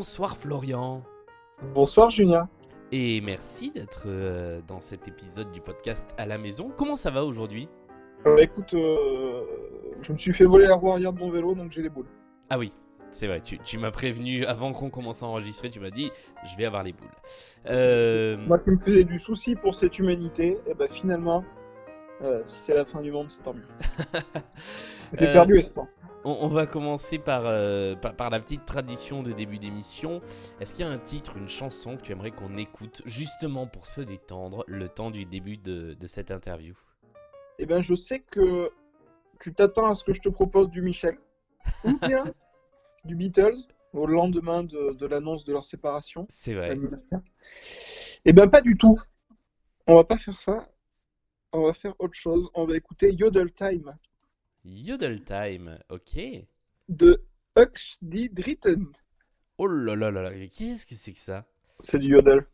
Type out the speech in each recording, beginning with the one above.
Bonsoir Florian, Bonsoir Julien. et merci d'être dans cet épisode du podcast à la maison. Comment ça va aujourd'hui? Écoute, je me suis fait voler la roue arrière de mon vélo, donc j'ai les boules. Ah oui, c'est vrai, tu m'as prévenu avant qu'on commence à enregistrer, tu m'as dit je vais avoir les boules. Moi qui me faisais du souci pour cette humanité, et ben finalement, si c'est la fin du monde, c'est tant mieux. J'ai Euh, perdu espoir. on va commencer par la petite tradition de début d'émission. Est-ce qu'il y a un titre, une chanson que tu aimerais qu'on écoute justement pour se détendre le temps du début de cette interview? Eh ben je sais que tu t'attends à ce que je te propose du Michel, ou bien du Beatles, au lendemain de l'annonce de leur séparation. C'est vrai. Eh ben pas du tout. On va pas faire ça. On va faire autre chose. On va écouter Yodel Time Yodel Time, ok. de Hux D. Dritten. Oh là là là là, qu'est-ce que c'est que ça? C'est du yodel.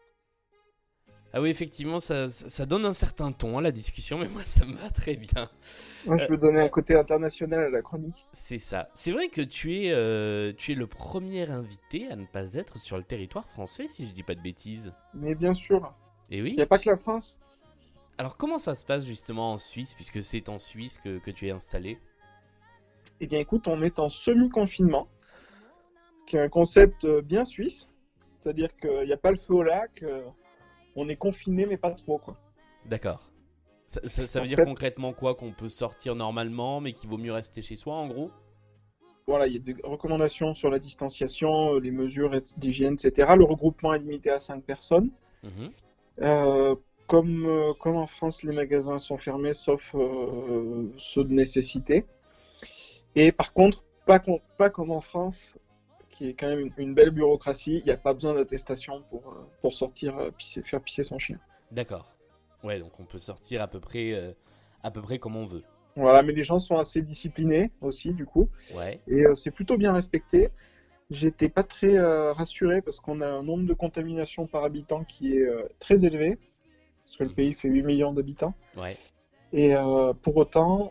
Ah oui, effectivement, ça donne un certain ton à la discussion, mais moi, ça me va très bien. Moi, je veux donner un côté international à la chronique. C'est ça. C'est vrai que tu es le premier invité à ne pas être sur le territoire français, si je dis pas de bêtises. Mais bien sûr, Et il oui. n'y a pas que la France. Alors, comment ça se passe justement en Suisse, puisque c'est en Suisse que tu es installé? Eh bien, écoute, on est en semi-confinement, ce qui est un concept bien suisse. C'est-à-dire qu'il n'y a pas le feu au lac, on est confiné, mais pas trop, quoi. D'accord. Ça En veut dire fait, concrètement quoi? Qu'on peut sortir normalement, mais qu'il vaut mieux rester chez soi, en gros? voilà, il y a des recommandations sur la distanciation, les mesures d'hygiène, etc. Le regroupement est limité à 5 personnes. Mhm. Euh, comme en France, les magasins sont fermés, sauf ceux de nécessité. Et par contre, pas comme en France, qui est quand même une belle bureaucratie, il n'y a pas besoin d'attestation pour sortir faire pisser son chien. D'accord. Ouais, donc on peut sortir à peu près comme on veut. Voilà, mais les gens sont assez disciplinés aussi, du coup, Ouais. et c'est plutôt bien respecté. J'étais pas très rassuré parce qu'on a un nombre de contaminations par habitant qui est très élevé, parce que le pays fait 8 millions d'habitants. Ouais. Et pour autant,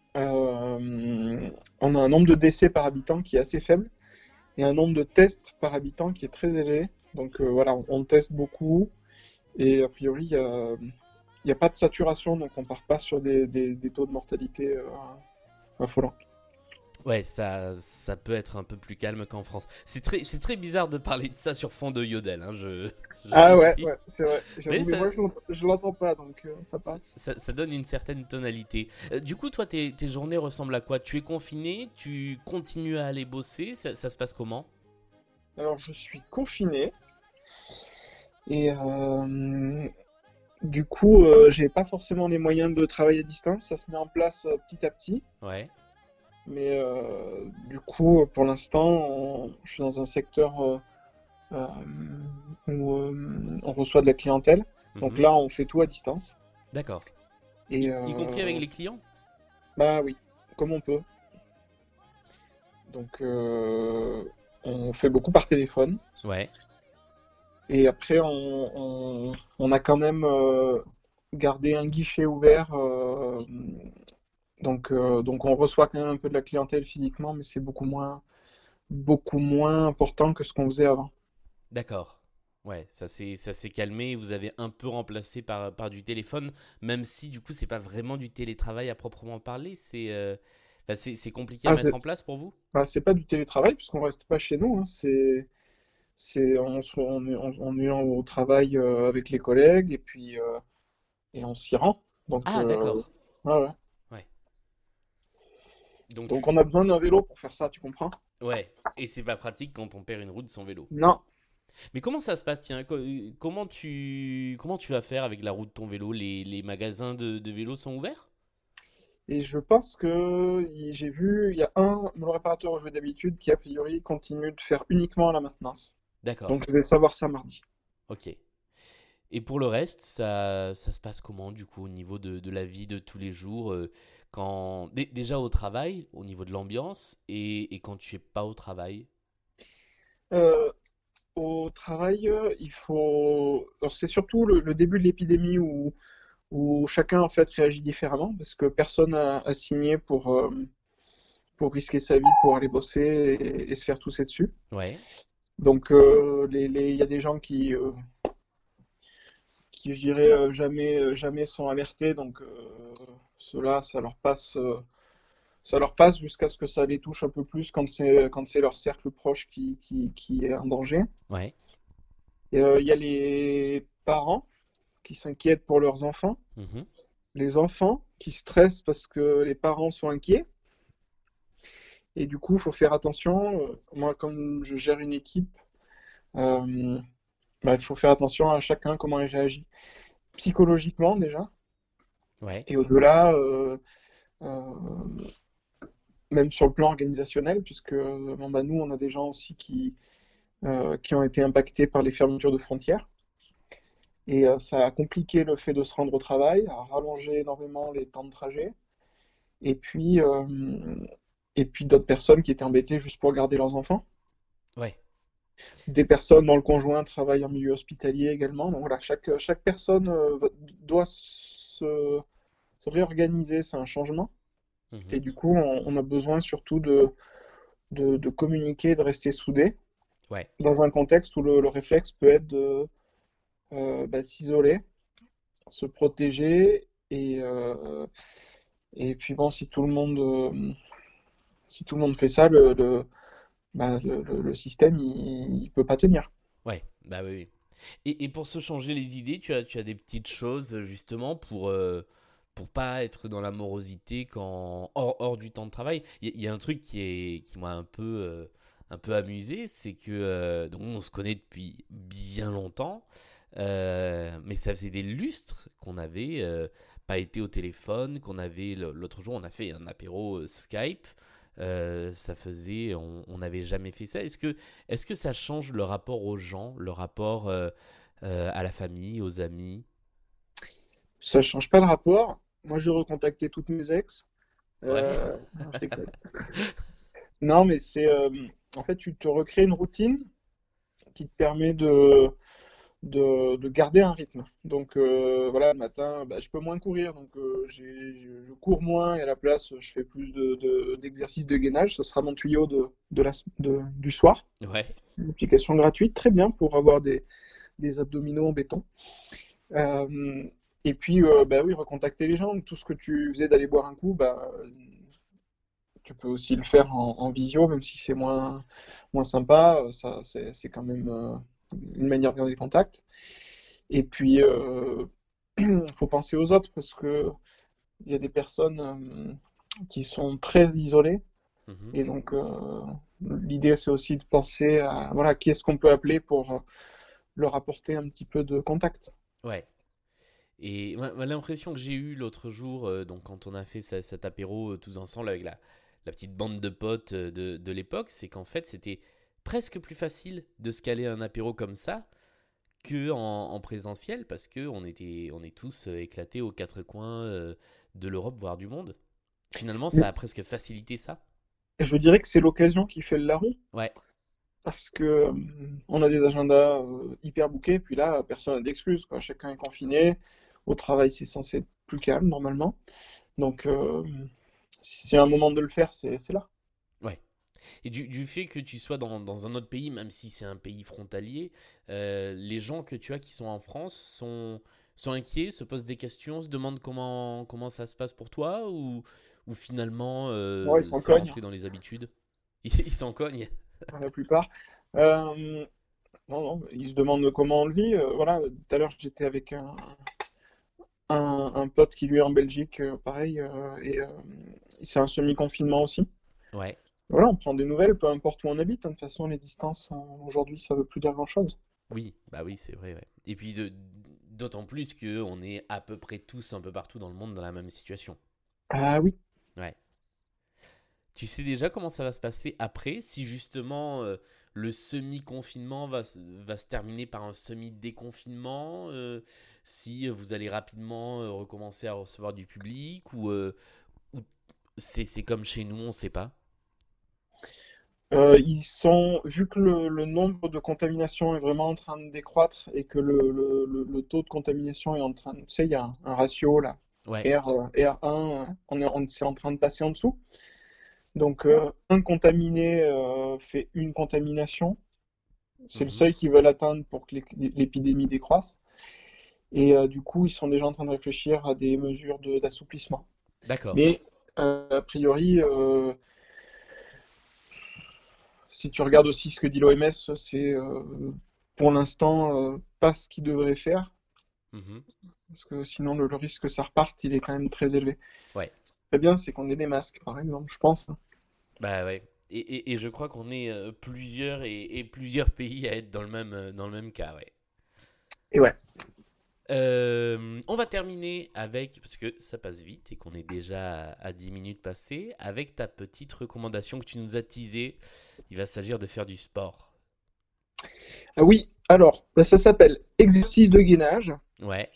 on a un nombre de décès par habitant qui est assez faible et un nombre de tests par habitant qui est très élevé. Donc voilà, on teste beaucoup et a priori, il n'y a pas de saturation, donc on part pas sur des taux de mortalité affolants. Ouais, ça peut être un peu plus calme qu'en France. C'est très bizarre de parler de ça sur fond de yodel, hein, je Ah le ouais, dis. ouais, c'est vrai. Mais J'avoue, mais moi je l'entends pas, donc ça passe. ça donne une certaine tonalité. Du coup, toi, tes journées ressemblent à quoi? Tu es confiné, tu continues à aller bosser, ça se passe comment? Alors je suis confiné et du coup, j'ai pas forcément les moyens de travailler à distance. Ça se met en place petit à petit. Ouais. Mais du coup, pour l'instant, je suis dans un secteur euh, où on reçoit de la clientèle. Donc Mhm. là, on fait tout à distance. D'accord. Et Y compris avec les clients? bah oui, comme on peut. Donc on fait beaucoup par téléphone. Ouais. Et après, on a quand même gardé un guichet ouvert. Donc on reçoit quand même un peu de la clientèle physiquement, mais c'est beaucoup moins important que ce qu'on faisait avant. D'accord. Ouais, ça s'est calmé, vous avez un peu remplacé par du téléphone, même si du coup c'est pas vraiment du télétravail à proprement parler, c'est compliqué à Ah, mettre en place pour vous? c'est pas du télétravail puisqu'on reste pas chez nous, hein. On est au travail avec les collègues et on s'y rend. Donc, Ah d'accord. ouais, ouais. Ouais. Donc Donc on a besoin d'un vélo pour faire ça, tu comprends? ouais, et c'est pas pratique quand on perd une roue de son vélo. Non. Mais comment ça se passe, tiens, comment tu vas faire avec la roue de ton vélo? Les magasins de vélos sont ouverts? Et je pense que j'ai vu, il y a le réparateur où je vais d'habitude qui a priori continue de faire uniquement la maintenance. D'accord. Donc je vais savoir ça mardi. Ok. Et pour le reste, ça se passe comment du coup au niveau de la vie de tous les jours déjà au travail, au niveau de l'ambiance, et quand tu es pas au travail? Euh, Au travail, alors c'est surtout le début de l'épidémie où chacun en fait réagit différemment parce que personne a signé pour risquer sa vie pour aller bosser et se faire tousser dessus. Ouais. Donc, il y a des gens qui je dirais, jamais sont alertés. Donc, ceux-là, ça leur passe jusqu'à ce que ça les touche un peu plus quand c'est leur cercle proche qui est en danger. Ouais. Et, il y a les parents qui s'inquiètent pour leurs enfants, Mhm. les enfants qui stressent parce que les parents sont inquiets. Et du coup, il faut faire attention. Moi, comme je gère une équipe, euh, bah, il faut faire attention à chacun, comment il réagit psychologiquement déjà. Ouais. Et au-delà, euh, même sur le plan organisationnel, puisque bon, bah, nous, on a des gens aussi qui ont été impactés par les fermetures de frontières. Et ça a compliqué le fait de se rendre au travail, a rallongé énormément les temps de trajet. Et puis, euh, et puis d'autres personnes qui étaient embêtées juste pour garder leurs enfants. Ouais. Des personnes dont le conjoint travaille en milieu hospitalier également. Donc voilà, chaque personne doit se réorganiser, c'est un changement. Et Mhm. du coup, on a besoin surtout de communiquer, de rester soudés, Ouais. dans un contexte où le réflexe peut être de bah, s'isoler, se protéger, et puis bon, si tout le monde fait ça, bah, le système, il peut pas tenir. Ouais. Bah oui, oui. Et pour se changer les idées, tu as des petites choses justement pour pas être dans la morosité hors du temps de travail. Il y a un truc qui m'a un peu amusé, c'est que donc on se connaît depuis bien longtemps, mais ça faisait des lustres qu'on avait pas été au téléphone, qu'on avait l'autre jour on a fait un apéro Skype. Ça faisait, on n'avait jamais fait ça. Est-ce que ça change le rapport aux gens, le rapport à la famille, aux amis? Ça change pas le rapport. Moi, j'ai recontacté toutes mes ex. Ouais. Non, je déconne. Non, mais en fait, tu te recrées une routine qui te permet de garder un rythme. Donc, voilà, le matin, bah, je peux moins courir, donc je cours moins et à la place, je fais plus d'exercices de gainage. Ce sera mon tuyau du soir. Ouais. Une application gratuite, très bien pour avoir des abdominaux en béton. Euh, et puis, bah oui, recontacter les gens. Tout ce que tu faisais d'aller boire un coup, bah, tu peux aussi le faire en visio, même si c'est moins sympa. Ça, c'est quand même une manière de garder le contact. Et puis, il faut penser aux autres parce que il y a des personnes qui sont très isolées. Mhm. Et donc, l'idée, c'est aussi de penser à voilà, qui est-ce qu'on peut appeler pour leur apporter un petit peu de contact. Ouais. Et moi, l'impression que j'ai eue l'autre jour, donc quand on a fait cet apéro tous ensemble avec la petite bande de potes de l'époque, c'est qu'en fait c'était presque plus facile de se caler un apéro comme ça que en présentiel parce que on est tous éclatés aux quatre coins de l'Europe, voire du monde. Finalement, ça Mais a presque facilité ça. je dirais que c'est l'occasion qui fait le larron Ouais, parce que on a des agendas hyper bouqués, puis là, personne n'a d'excuses, quoi. Chacun est confiné. Au travail, c'est censé être plus calme normalement. Donc, si c'est un moment de le faire, c'est là. ouais. Et du fait que tu sois dans un autre pays, même si c'est un pays frontalier, les gens que tu as qui sont en France sont inquiets, se posent des questions, se demandent comment ça se passe pour toi ou finalement Ouais, ils s'en c'est cognent, rentré dans les habitudes. Ils s'en cognent. hein, la plupart. Euh, non, non, ils se demandent comment on le vit. Voilà, tout à l'heure, j'étais avec un pote qui lui est en Belgique, pareil, et c'est un semi-confinement aussi. Ouais, Voilà, on prend des nouvelles, peu importe où on habite, hein. De toute façon, les distances, aujourd'hui, ça veut plus dire grand-chose. oui, bah oui, c'est vrai. Ouais. Et puis d'autant plus qu'on est à peu près tous un peu partout dans le monde dans la même situation. Ah oui. Ouais. Tu sais déjà comment ça va se passer après, si justement le semi-confinement va se terminer par un semi-déconfinement, si vous allez rapidement recommencer à recevoir du public, ou c'est comme chez nous, on ne sait pas. Vu que le nombre de contaminations est vraiment en train de décroître et que le taux de contamination est en train de, tu sais, il y a un ratio là, Ouais, R1, c'est en train de passer en dessous. Donc, un contaminé fait une contamination. C'est le Mhm. seuil qu'ils veulent atteindre pour que l'épidémie décroisse. Et du coup, ils sont déjà en train de réfléchir à des mesures d'assouplissement. D'accord. Mais a priori, si tu regardes aussi ce que dit l'OMS, c'est pour l'instant pas ce qu'ils devraient faire, Mhm. parce que sinon le risque que ça reparte, il est quand même très élevé. Ouais. Très bien, c'est qu'on ait des masques, par exemple, je pense. Bah ouais. Et je crois qu'on est plusieurs et plusieurs pays à être dans le même cas, ouais. Et ouais. On va terminer avec, parce que ça passe vite et qu'on est déjà à 10 minutes passées, avec ta petite recommandation que tu nous as teasée. Il va s'agir de faire du sport. Ah oui, alors, bah, ça s'appelle exercice de gainage. Ouais.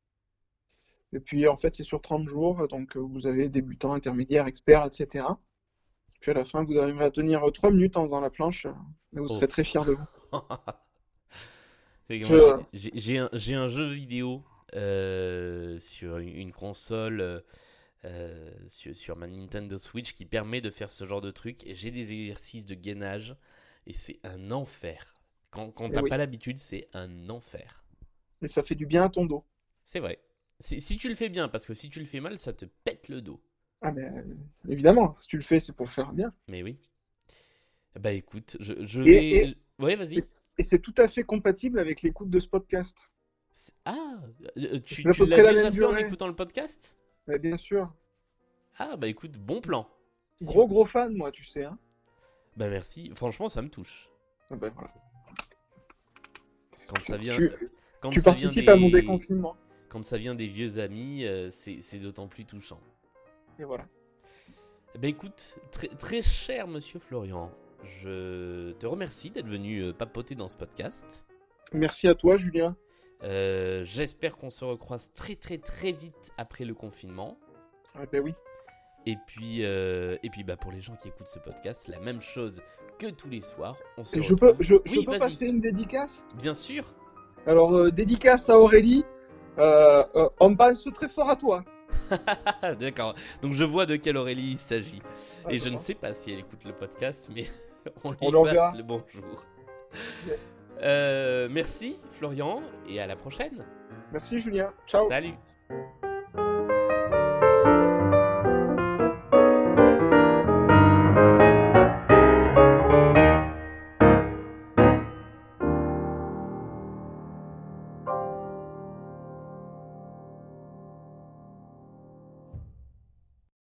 Et puis en fait, c'est sur 30 jours, donc vous avez débutant, intermédiaire, expert, etc. Puis à la fin, vous arriverez à tenir 3 minutes en faisant la planche, et vous Oh. serez très fiers de vous. C'est que moi, Je... j'ai un jeu vidéo sur une console sur ma Nintendo Switch qui permet de faire ce genre de truc. Et j'ai des exercices de gainage et c'est un enfer. Quand Et t'as oui, pas l'habitude, c'est un enfer. et ça fait du bien à ton dos. C'est vrai. Si tu le fais bien, parce que si tu le fais mal, ça te pète le dos. Ah mais évidemment, si tu le fais, c'est pour faire bien. Mais oui. Bah écoute, je Et, et, vais. Ouais, vas-y. et, et c'est tout à fait compatible avec l'écoute de ce podcast. Ah, C'est à tu peu l'as près la déjà même fait en durée. écoutant le podcast? Bien sûr. Ah, bah écoute, bon plan. Si... Gros fan, moi, tu sais, hein. Bah merci, franchement, ça me touche. Ah ben voilà. Quand ça vient, Tu, quand tu ça vient participes à mon des, déconfinement. quand ça vient des vieux amis, c'est d'autant plus touchant. Et voilà. Bah écoute, très cher monsieur Florian, je te remercie d'être venu papoter dans ce podcast. Merci à toi, Julien. J'espère qu'on se recroise très vite après le confinement. Ah ben oui. Et puis bah pour les gens qui écoutent ce podcast, la même chose que tous les soirs, on se Et retrouve. je Oui, peux vas-y. passer une dédicace? Bien sûr. Alors, dédicace à Aurélie. On pense très fort à toi. D'accord. Donc je vois de quelle Aurélie il s'agit. Ah, Et je ne d'accord. sais pas si elle écoute le podcast, mais on On lui leur passe verra. le bonjour. Yes. Merci Florian et à la prochaine. Merci, Julien. Ciao. Salut.